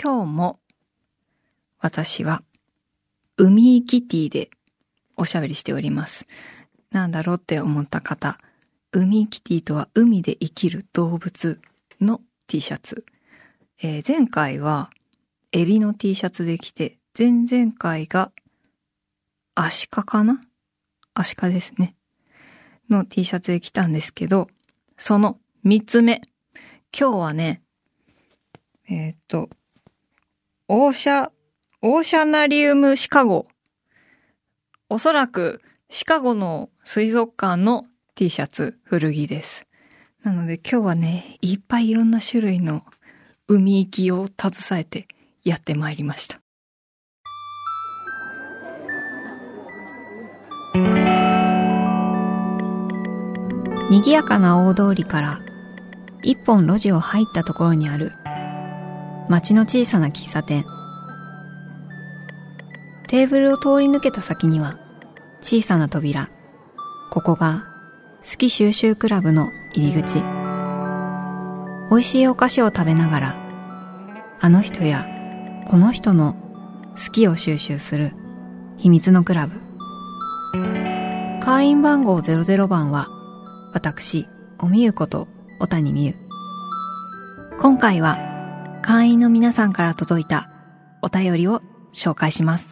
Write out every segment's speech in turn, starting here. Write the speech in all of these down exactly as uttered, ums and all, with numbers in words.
今日も私は海キティでおしゃべりしております。なんだろうって思った方、海キティとは海で生きる動物の T シャツ。えー、前回はエビの T シャツで着て、前々回がアシカかなアシカですね。の T シャツで着たんですけど、その三つ目。今日はね、えっと、オーシャ、オーシャナリウムシカゴ。おそらくシカゴの水族館の T シャツ、古着です。なので今日はね、いっぱいいろんな種類の海行きを携えてやってまいりました。賑やかな大通りから一本路地を入ったところにある町の小さな喫茶店。テーブルを通り抜けた先には小さな扉。ここが好き収集クラブの入り口。美味しいお菓子を食べながらあの人やこの人の好きを収集する秘密のクラブ。会員番号ゼロゼロばんは私、おみゆこと小谷美優。今回は会員の皆さんから届いたお便りを紹介します。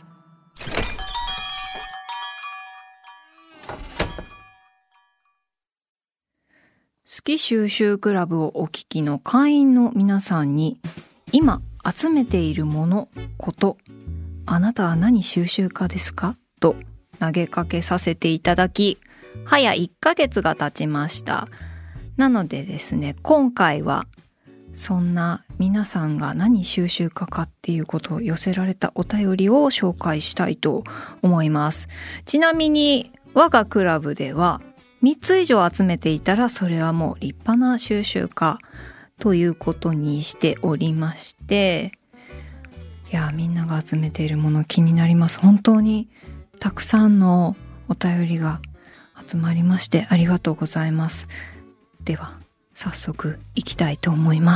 好き収集クラブをお聞きの会員の皆さんに、今集めているもの、こと、あなたは何収集家ですかと投げかけさせていただき、早いっかげつが経ちました。なのでですね、今回はそんな皆さんが何収集家かっていうことを寄せられたお便りを紹介したいと思います。ちなみに我がクラブではみっつ以上集めていたらそれはもう立派な収集家ということにしておりまして、いやみんなが集めているもの気になります。本当にたくさんのお便りが集まりましてありがとうございます。では早速いきたいと思います。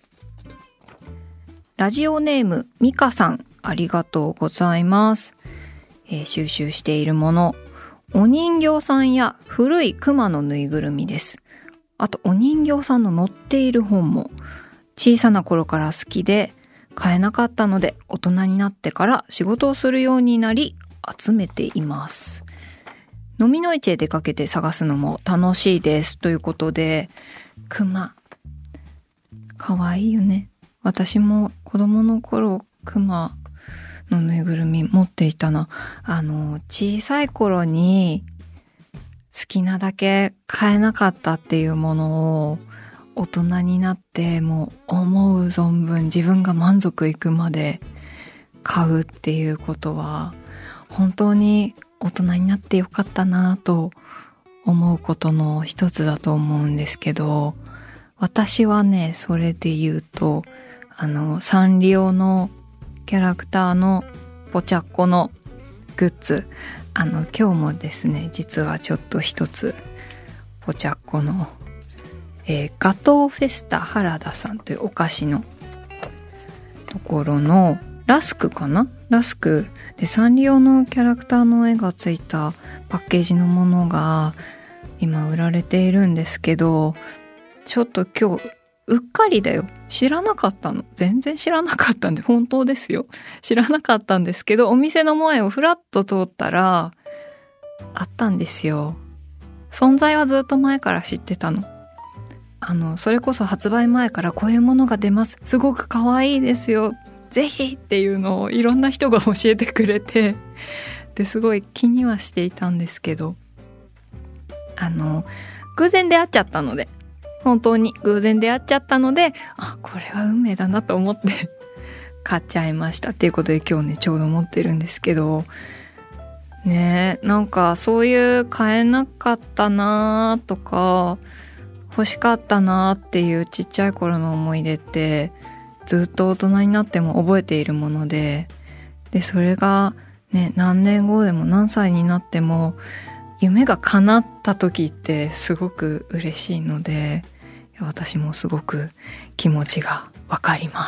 ラジオネームミカさん、ありがとうございます。えー、収集しているもの、お人形さんや古いクマのぬいぐるみです。あとお人形さんの載っている本も小さな頃から好きで買えなかったので、大人になってから仕事をするようになり集めています。飲みの市へ出かけて探すのも楽しいですということで、クマかわいいよね。私も子供の頃クマのぬいぐるみ持っていたな。あの小さい頃に好きなだけ買えなかったっていうものを大人になってもう思う存分自分が満足いくまで買うっていうことは本当に大人になってよかったなと思うことの一つだと思うんですけど、私はねそれで言うとあのサンリオのキャラクターのポチャッコのグッズ、あの今日もですね実はちょっと一つポチャッコの、えー、ガトーフェスタ原田さんというお菓子のところのラスクかなラスクでサンリオのキャラクターの絵がついたパッケージのものが今売られているんですけど、ちょっと今日うっかりだよ、知らなかったの。全然知らなかったんで、本当ですよ、知らなかったんですけど、お店の前をふらっと通ったらあったんですよ。存在はずっと前から知ってたの。あのそれこそ発売前からこういうものが出ます、すごく可愛いですよ、ぜひっていうのをいろんな人が教えてくれて、ですごい気にはしていたんですけど、あの偶然出会っちゃったので、本当に偶然出会っちゃったので、あ、これは運命だなと思って買っちゃいましたっていうことで、今日ねちょうど持ってるんですけどね、なんかそういう買えなかったなとか欲しかったなっていうちっちゃい頃の思い出ってずっと大人になっても覚えているもので、でそれがね何年後でも何歳になっても夢が叶った時ってすごく嬉しいので、私もすごく気持ちがわかります。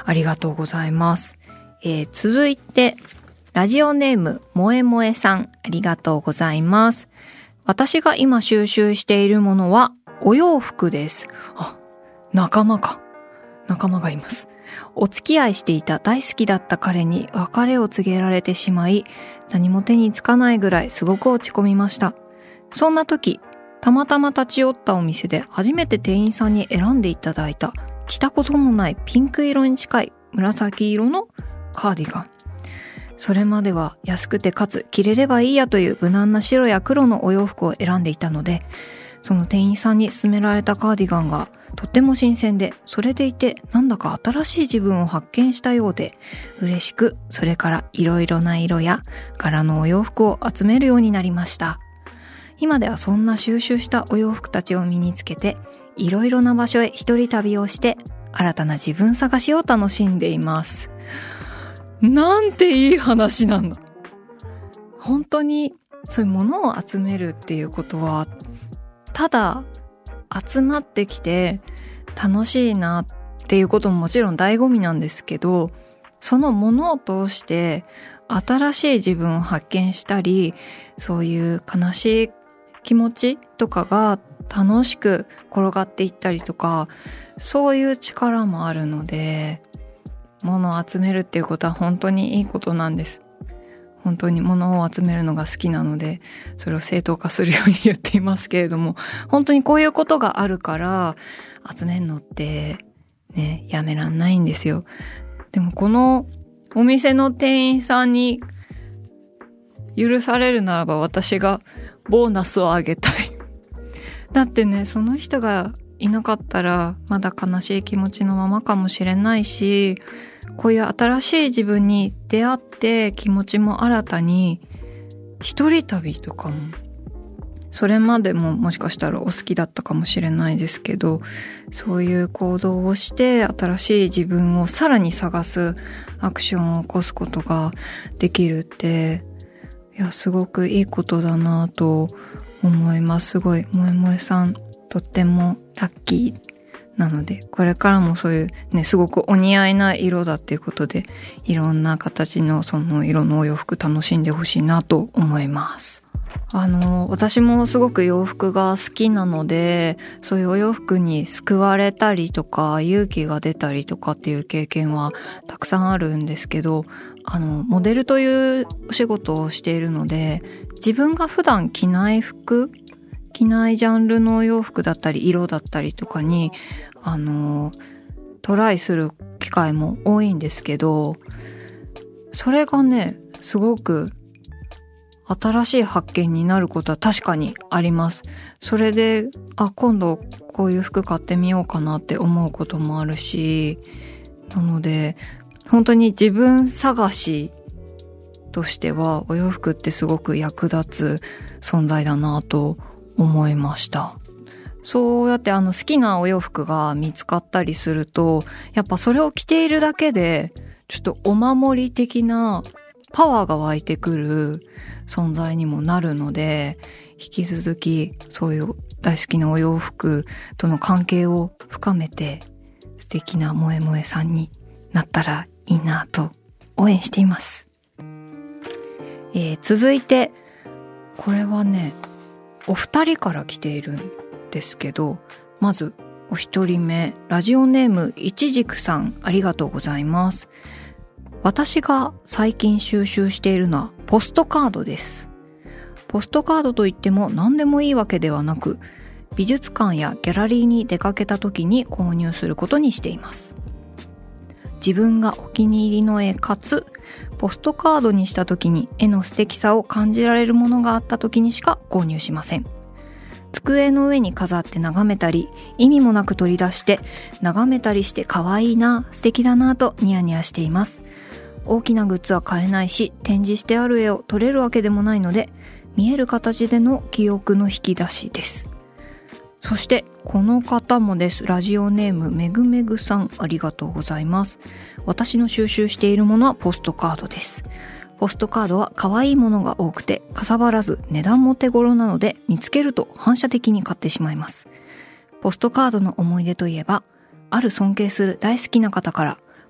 ありがとうございます。えー、続いて、ラジオネーム、もえもえさん、ありがとうございます。私が今収集しているものは、お洋服です。あ、仲間か。仲間がいます。お付き合いしていた大好きだった彼に別れを告げられてしまい、何も手につかないぐらいすごく落ち込みました。そんな時、たまたま立ち寄ったお店で初めて店員さんに選んでいただいた、着たこともないピンク色に近い紫色のカーディガン。それまでは安くてかつ着れればいいやという無難な白や黒のお洋服を選んでいたので、その店員さんに勧められたカーディガンがとっても新鮮で、それでいてなんだか新しい自分を発見したようで嬉しく、それからいろいろな色や柄のお洋服を集めるようになりました。今ではそんな収集したお洋服たちを身につけて、いろいろな場所へ一人旅をして新たな自分探しを楽しんでいます。なんていい話なんだ。本当にそういうものを集めるっていうことは、ただ集まってきて楽しいなっていうことももちろん醍醐味なんですけど、そのものを通して新しい自分を発見したり、そういう悲しい気持ちとかが楽しく転がっていったりとか、そういう力もあるので、物を集めるっていうことは本当にいいことなんです。本当に物を集めるのが好きなので、それを正当化するように言っていますけれども、本当にこういうことがあるから集めるのってね、やめらんないんですよ。でもこのお店の店員さんに許されるならば、私がボーナスをあげたい。だってね、その人がいなかったらまだ悲しい気持ちのままかもしれないし、こういう新しい自分に出会って気持ちも新たに、一人旅とかもそれまでももしかしたらお好きだったかもしれないですけど、そういう行動をして新しい自分をさらに探すアクションを起こすことができるって、いや、すごくいいことだなと思います。すごい、もえもえさんとってもラッキーなので、これからもそういうね、すごくお似合いな色だっていうことで、いろんな形のその色のお洋服楽しんでほしいなと思います。あの、私もすごく洋服が好きなので、そういうお洋服に救われたりとか、勇気が出たりとかっていう経験はたくさんあるんですけど、あの、モデルというお仕事をしているので、自分が普段着ない服、着ないジャンルのお洋服だったり、色だったりとかに、あの、トライする機会も多いんですけど、それがね、すごく新しい発見になることは確かにあります。それで、あ、今度こういう服買ってみようかなって思うこともあるし、なので、本当に自分探しとしてはお洋服ってすごく役立つ存在だなと思いました。そうやってあの好きなお洋服が見つかったりすると、やっぱそれを着ているだけでちょっとお守り的なパワーが湧いてくる存在にもなるので、引き続きそういう大好きなお洋服との関係を深めて素敵な萌え萌えさんになったらいいなと応援しています。えー、続いてこれはね、お二人から来ているんですけど、まずお一人目、ラジオネームいちじくさん、ありがとうございます。私が最近収集しているのはポストカードです。ポストカードといっても何でもいいわけではなく、美術館やギャラリーに出かけた時に購入することにしています。自分がお気に入りの絵かつポストカードにした時に絵の素敵さを感じられるものがあった時にしか購入しません。机の上に飾って眺めたり、意味もなく取り出して眺めたりして可愛いな、素敵だなとニヤニヤしています。大きなグッズは買えないし、展示してある絵を撮れるわけでもないので、見える形での記憶の引き出しです。そしてこの方もです。ラジオネームめぐめぐさん、ありがとうございます。私の収集しているものはポストカードです。ポストカードは可愛いものが多くてかさばらず値段も手頃なので、見つけると反射的に買ってしまいます。ポストカードの思い出といえば、ある尊敬する大好きな方から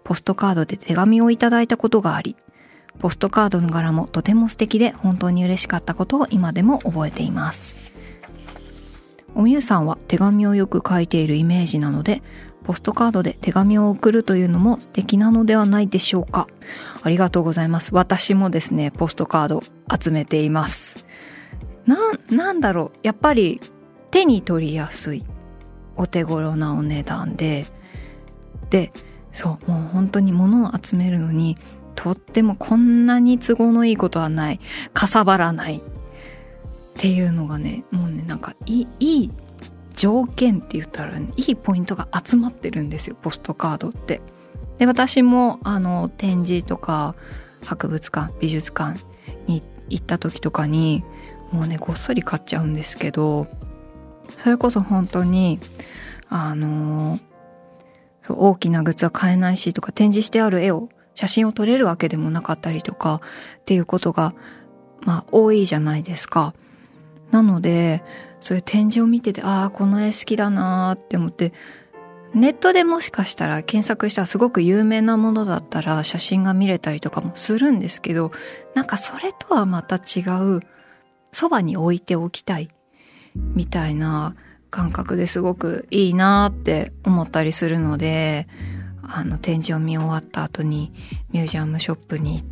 ポストカードで手紙をいただいたことがあり、ポストカードの柄もとても素敵で本当に嬉しかったことを今でも覚えています。おみゆさんは手紙をよく書いているイメージなので、ポストカードで手紙を送るというのも素敵なのではないでしょうか。ありがとうございます。私もですね、ポストカード集めています。な、なんだろう、やっぱり手に取りやすい、お手頃なお値段で、で、そう、もう本当に物を集めるのにとってもこんなに都合のいいことはない、かさばらないっていうのがね、もうね、なんかいい、いい条件って言ったら、ね、いいポイントが集まってるんですよ、ポストカードって。で、私もあの展示とか博物館、美術館に行った時とかにもうね、ごっそり買っちゃうんですけど、それこそ本当にあのそう大きなグッズは買えないしとか、展示してある絵を写真を撮れるわけでもなかったりとかっていうことがまあ多いじゃないですか。なのでそういう展示を見てて、ああこの絵好きだなって思って、ネットでもしかしたら検索したらすごく有名なものだったら写真が見れたりとかもするんですけど、なんかそれとはまた違う、そばに置いておきたいみたいな感覚ですごくいいなって思ったりするので、あの展示を見終わった後にミュージアムショップに行って、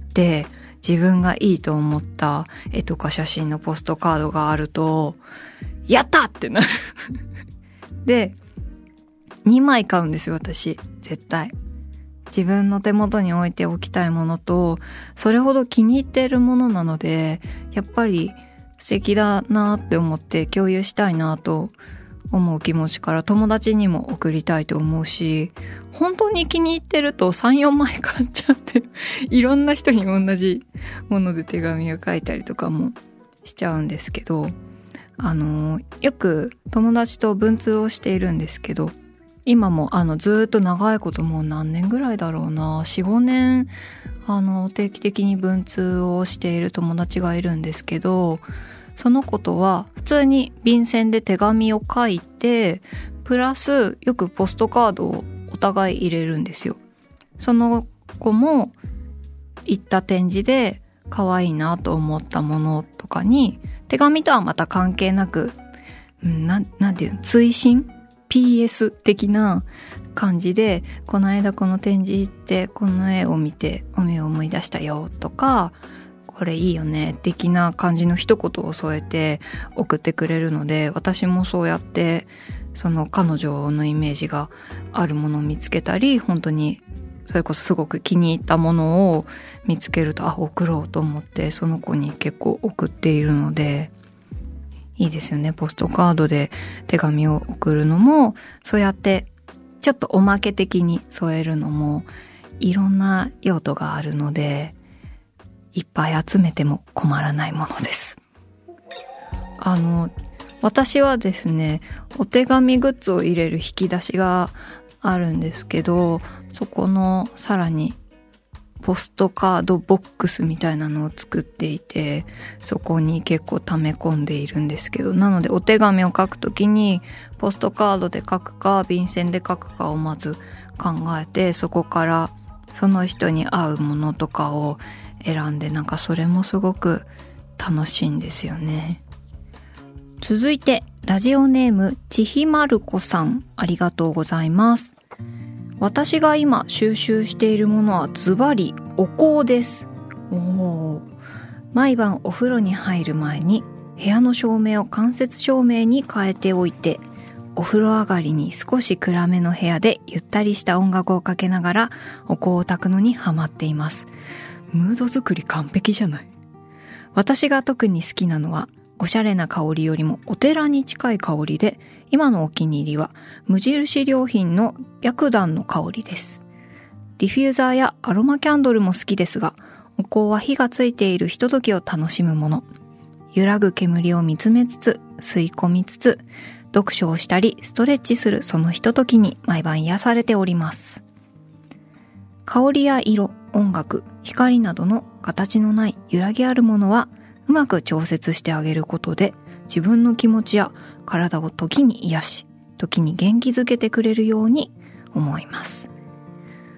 自分がいいと思った絵とか写真のポストカードがあると、やったってなるで、にまい買うんですよ、私。絶対。自分の手元に置いておきたいものと、それほど気に入っているものなので、やっぱり素敵だなって思って共有したいなと思う気持ちから友達にも送りたいと思うし、本当に気に入ってるとさん、よんまい買っちゃっていろんな人に同じもので手紙を書いたりとかもしちゃうんですけど、あのよく友達と文通をしているんですけど、今もあのずっと長いこともう何年ぐらいだろうな、よん、ごねんあの定期的に文通をしている友達がいるんですけど、その子とは普通に便箋で手紙を書いて、プラスよくポストカードをお互い入れるんですよ。その子も行った展示で可愛いなと思ったものとかに、手紙とはまた関係なく、うん、なん、なんていうの、追伸ピーエス 的な感じで、この間この展示行ってこの絵を見ておみを思い出したよとか、これいいよね的な感じの一言を添えて送ってくれるので、私もそうやってその彼女のイメージがあるものを見つけたり、本当にそれこそすごく気に入ったものを見つけると、あ、送ろうと思ってその子に結構送っているので、いいですよね。ポストカードで手紙を送るのも、そうやってちょっとおまけ的に添えるのもいろんな用途があるので、いっぱい集めても困らないものです。あの私はですね、お手紙グッズを入れる引き出しがあるんですけど、そこのさらにポストカードボックスみたいなのを作っていて、そこに結構溜め込んでいるんですけど、なのでお手紙を書くときにポストカードで書くか便箋で書くかをまず考えて、そこからその人に合うものとかを選んで、なんかそれもすごく楽しいんですよね。続いてラジオネームちひまる子さん、ありがとうございます。私が今収集しているものはズバリお香です。おー、毎晩お風呂に入る前に部屋の照明を間接照明に変えておいて、お風呂上がりに少し暗めの部屋でゆったりした音楽をかけながらお香を焚くのにハマっています。ムード作り完璧じゃない。私が特に好きなのはおしゃれな香りよりもお寺に近い香りで、今のお気に入りは無印良品の白檀の香りです。ディフューザーやアロマキャンドルも好きですが、お香は火がついているひとときを楽しむもの。揺らぐ煙を見つめつつ、吸い込みつつ、読書をしたりストレッチするそのひとときに毎晩癒されております。香りや色、音楽、光などの形のない揺らぎあるものはうまく調節してあげることで、自分の気持ちや体を時に癒し、時に元気づけてくれるように思います。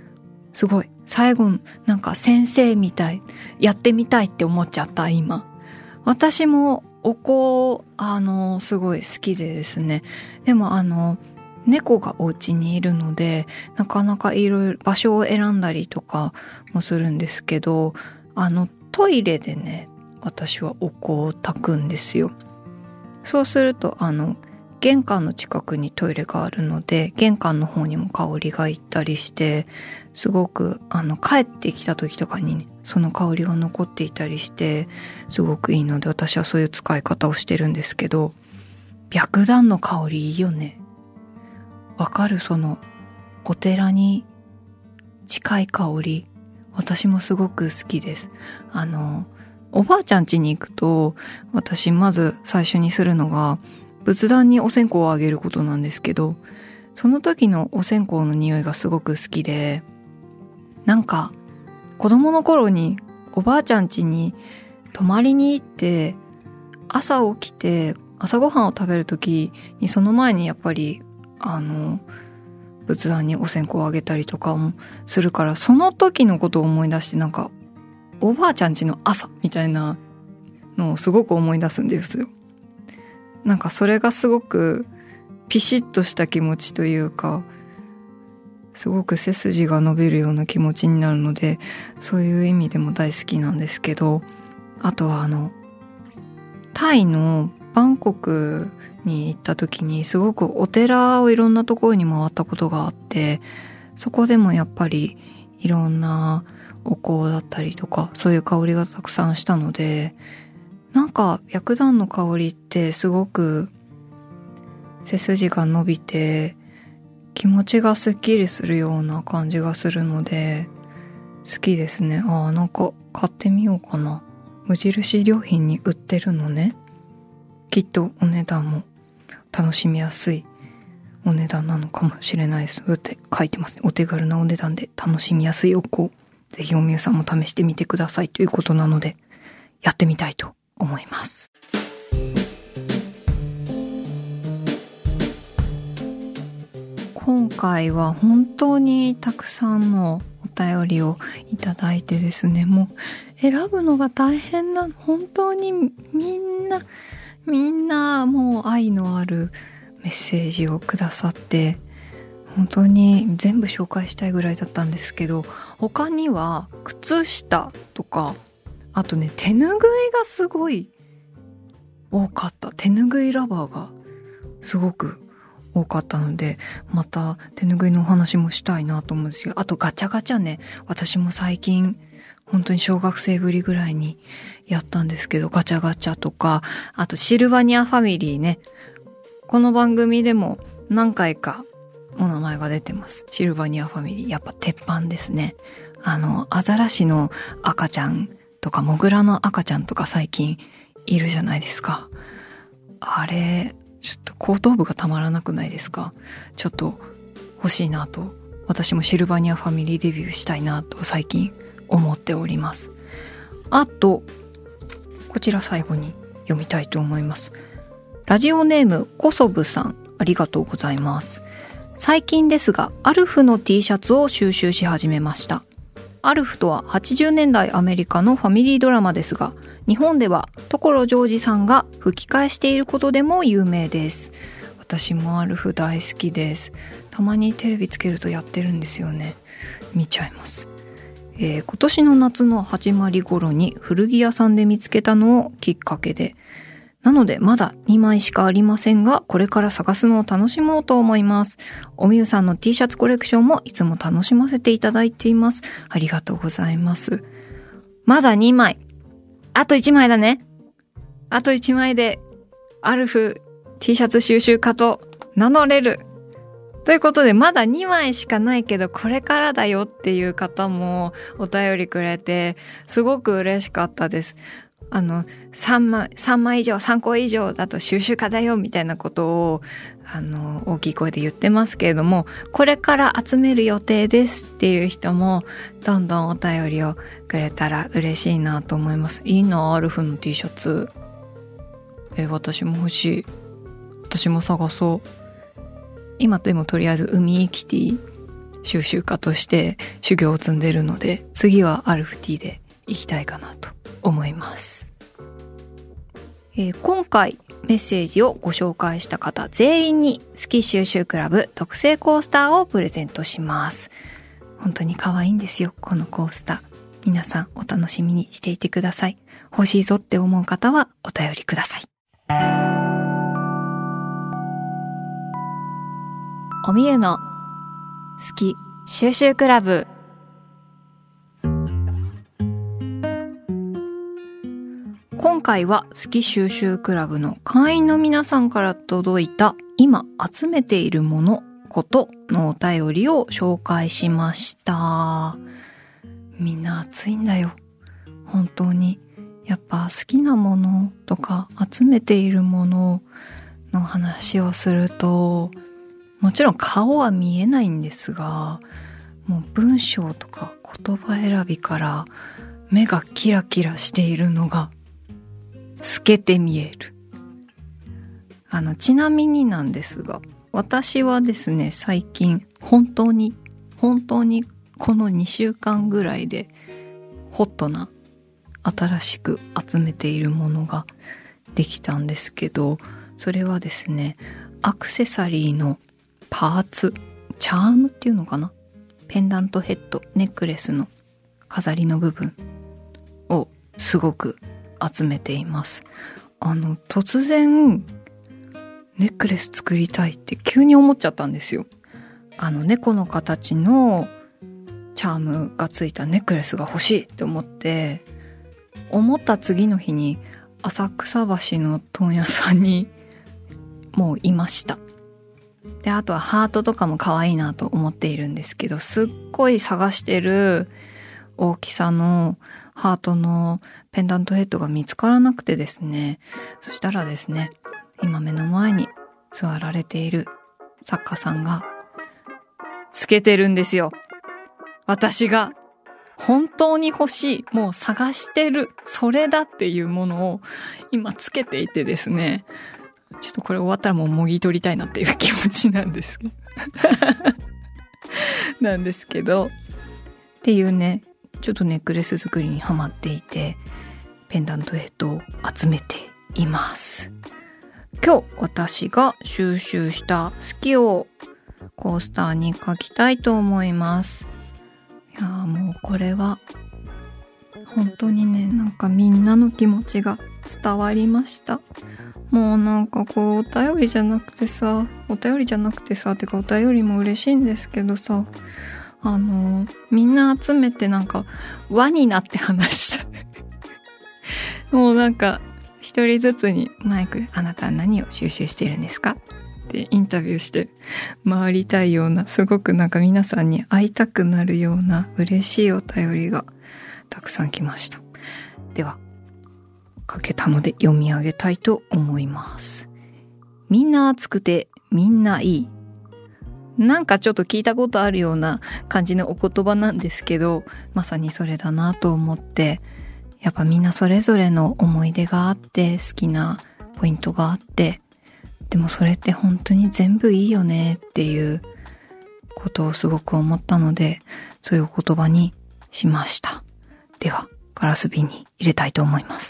すごい最後なんか先生みたい、やってみたいって思っちゃった今。私もお香あのすごい好きでですね、でもあの猫がお家にいるのでなかなかいろいろ場所を選んだりとかもするんですけど、あのトイレでね私はお香を焚くんですよ。そうするとあの玄関の近くにトイレがあるので玄関の方にも香りがいったりして、すごくあの帰ってきた時とかに、ね、その香りが残っていたりしてすごくいいので、私はそういう使い方をしてるんですけど、白檀の香りいいよね。わかる？そのお寺に近い香り、私もすごく好きです。あのおばあちゃん家に行くと私まず最初にするのが仏壇にお線香をあげることなんですけど、その時のお線香の匂いがすごく好きで、なんか子供の頃におばあちゃん家に泊まりに行って朝起きて朝ごはんを食べる時にその前にやっぱりあの仏壇にお線香をあげたりとかもするから、その時のことを思い出して、なんかおばあちゃん家の朝みたいなのをすごく思い出すんですよ。なんかそれがすごくピシッとした気持ちというか、すごく背筋が伸びるような気持ちになるので、そういう意味でも大好きなんですけど、あとはあのタイのバンコクに行った時にすごくお寺をいろんなところに回ったことがあって、そこでもやっぱりいろんなお香だったりとかそういう香りがたくさんしたので、なんか白檀の香りってすごく背筋が伸びて気持ちがすっきりするような感じがするので好きですね。ああ、なんか買ってみようかな。無印良品に売ってるのね。きっとお値段も楽しみやすいお値段なのかもしれないです。って書いてますね。お手軽なお値段で楽しみやすいお香、ぜひお皆さんも試してみてくださいということなのでやってみたいと思います。今回は本当にたくさんのお便りをいただいてですね、もう選ぶのが大変な、本当にみんなみんなもう愛のあるメッセージをくださって、本当に全部紹介したいぐらいだったんですけど、他には靴下とか、あとね手ぬぐいがすごい多かった。手ぬぐいラバーがすごく多かったので、また手ぬぐいのお話もしたいなと思うんですよ。あとガチャガチャね、私も最近本当に小学生ぶりぐらいにやったんですけど、ガチャガチャとか、あとシルバニアファミリーね、この番組でも何回かお名前が出てます。シルバニアファミリーやっぱ鉄板ですね。あのアザラシの赤ちゃんとかモグラの赤ちゃんとか最近いるじゃないですか。あれちょっと後頭部がたまらなくないですか？ちょっと欲しいなと、私もシルバニアファミリーデビューしたいなと最近思っております。あとこちら最後に読みたいと思います。ラジオネームコソブさん、ありがとうございます。最近ですがアルフの T シャツを収集し始めました。アルフとははちじゅうねんだいアメリカのファミリードラマですが、日本では所ジョージさんが吹き替えしていることでも有名です。私もアルフ大好きです。たまにテレビつけるとやってるんですよね。見ちゃいます。えー、今年の夏の始まり頃に古着屋さんで見つけたのをきっかけで、なのでまだにまいしかありませんが、これから探すのを楽しもうと思います。おみゆさんの T シャツコレクションもいつも楽しませていただいています。ありがとうございます。まだにまい。あといちまいだね。あといちまいでアルフ T シャツ収集家と名乗れる。ということでまだにまいしかないけどこれからだよっていう方もお便りくれてすごく嬉しかったです。あのさんまい、さんまい以上さんこ以上だと収集家だよみたいなことをあの大きい声で言ってますけれども、これから集める予定ですっていう人もどんどんお便りをくれたら嬉しいなと思います。いいな、アルフの T シャツ。え、私も欲しい。私も探そう。今でもとりあえず海キティ収集家として修行を積んでいるので、次はアルフティで行きたいかなと思います。えー、今回メッセージをご紹介した方全員に好き収集クラブ特製コースターをプレゼントします。本当に可愛いんですよ、このコースター。皆さんお楽しみにしていてください。欲しいぞって思う方はお便りください。おみゆの好き収集クラブ。今回は好き収集クラブの会員の皆さんから届いた今集めているものことのお便りを紹介しました。みんな熱いんだよ、本当に。やっぱ好きなものとか集めているものの話をすると、もちろん顔は見えないんですが、もう文章とか言葉選びから目がキラキラしているのが透けて見える。あのちなみになんですが、私はですね、最近本当に本当にこのにしゅうかんぐらいでホットな新しく集めているものができたんですけど、それはですね、アクセサリーのパーツ、チャームっていうのかな、ペンダントヘッド、ネックレスの飾りの部分をすごく集めています。あの突然ネックレス作りたいって急に思っちゃったんですよ。あの猫の形のチャームがついたネックレスが欲しいって思って思った次の日に浅草橋の問屋さんにもういました。で、あとはハートとかも可愛いなと思っているんですけど、すっごい探してる大きさのハートのペンダントヘッドが見つからなくてですね、そしたらですね、今目の前に座られている作家さんがつけてるんですよ。私が本当に欲しい、もう探してる、それだっていうものを今つけていてですね、ちょっとこれ終わったらもうもぎ取りたいなっていう気持ちなんですけどなんですけどっていうね、ちょっとネックレス作りにハマっていて、ペンダントヘッドを集めています。今日私が収集した好きをコースターに書きたいと思います。いやー、もうこれは本当にね、なんかみんなの気持ちが伝わりました。もうなんかこうお便りじゃなくてさ、お便りじゃなくてさ、てかお便りも嬉しいんですけどさ、あのみんな集めてなんか輪になって話したもうなんか一人ずつにマイクで、あなたは何を収集しているんですかってインタビューして回りたいような、すごくなんか皆さんに会いたくなるような嬉しいお便りがたくさん来ました。では書けたので読み上げたいと思います。みんな熱くてみんないい。なんかちょっと聞いたことあるような感じのお言葉なんですけど、まさにそれだなと思って、やっぱみんなそれぞれの思い出があって、好きなポイントがあって、でもそれって本当に全部いいよねっていうことをすごく思ったので、そういうお言葉にしました。ではガラス瓶に入れたいと思います。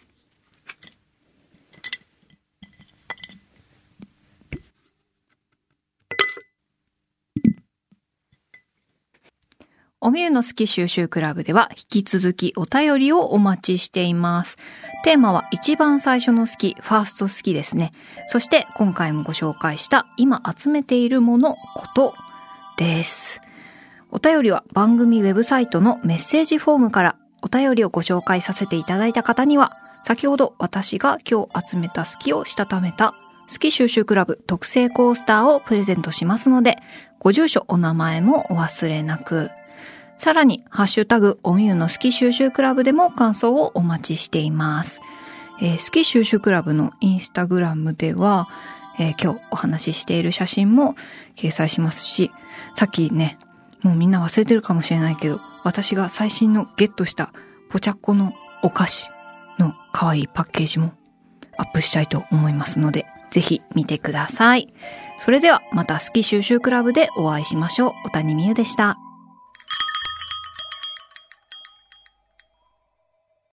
おみゆの好き収集クラブでは引き続きお便りをお待ちしています。テーマは一番最初の好き、ファースト好きですね。そして今回もご紹介した今集めているもの、ことです。お便りは番組ウェブサイトのメッセージフォームから。お便りをご紹介させていただいた方には、先ほど私が今日集めた好きをしたためた好き収集クラブ特製コースターをプレゼントしますので、ご住所お名前もお忘れなく。さらに、ハッシュタグ、おみゆの好き収集クラブでも感想をお待ちしています。えー、好き収集クラブのインスタグラムでは、えー、今日お話ししている写真も掲載しますし、さっきね、もうみんな忘れてるかもしれないけど、私が最新のゲットしたポチャッコのお菓子の可愛いパッケージもアップしたいと思いますので、 ぜひ見てください。それではまた好き収集クラブでお会いしましょう。小谷美優でした。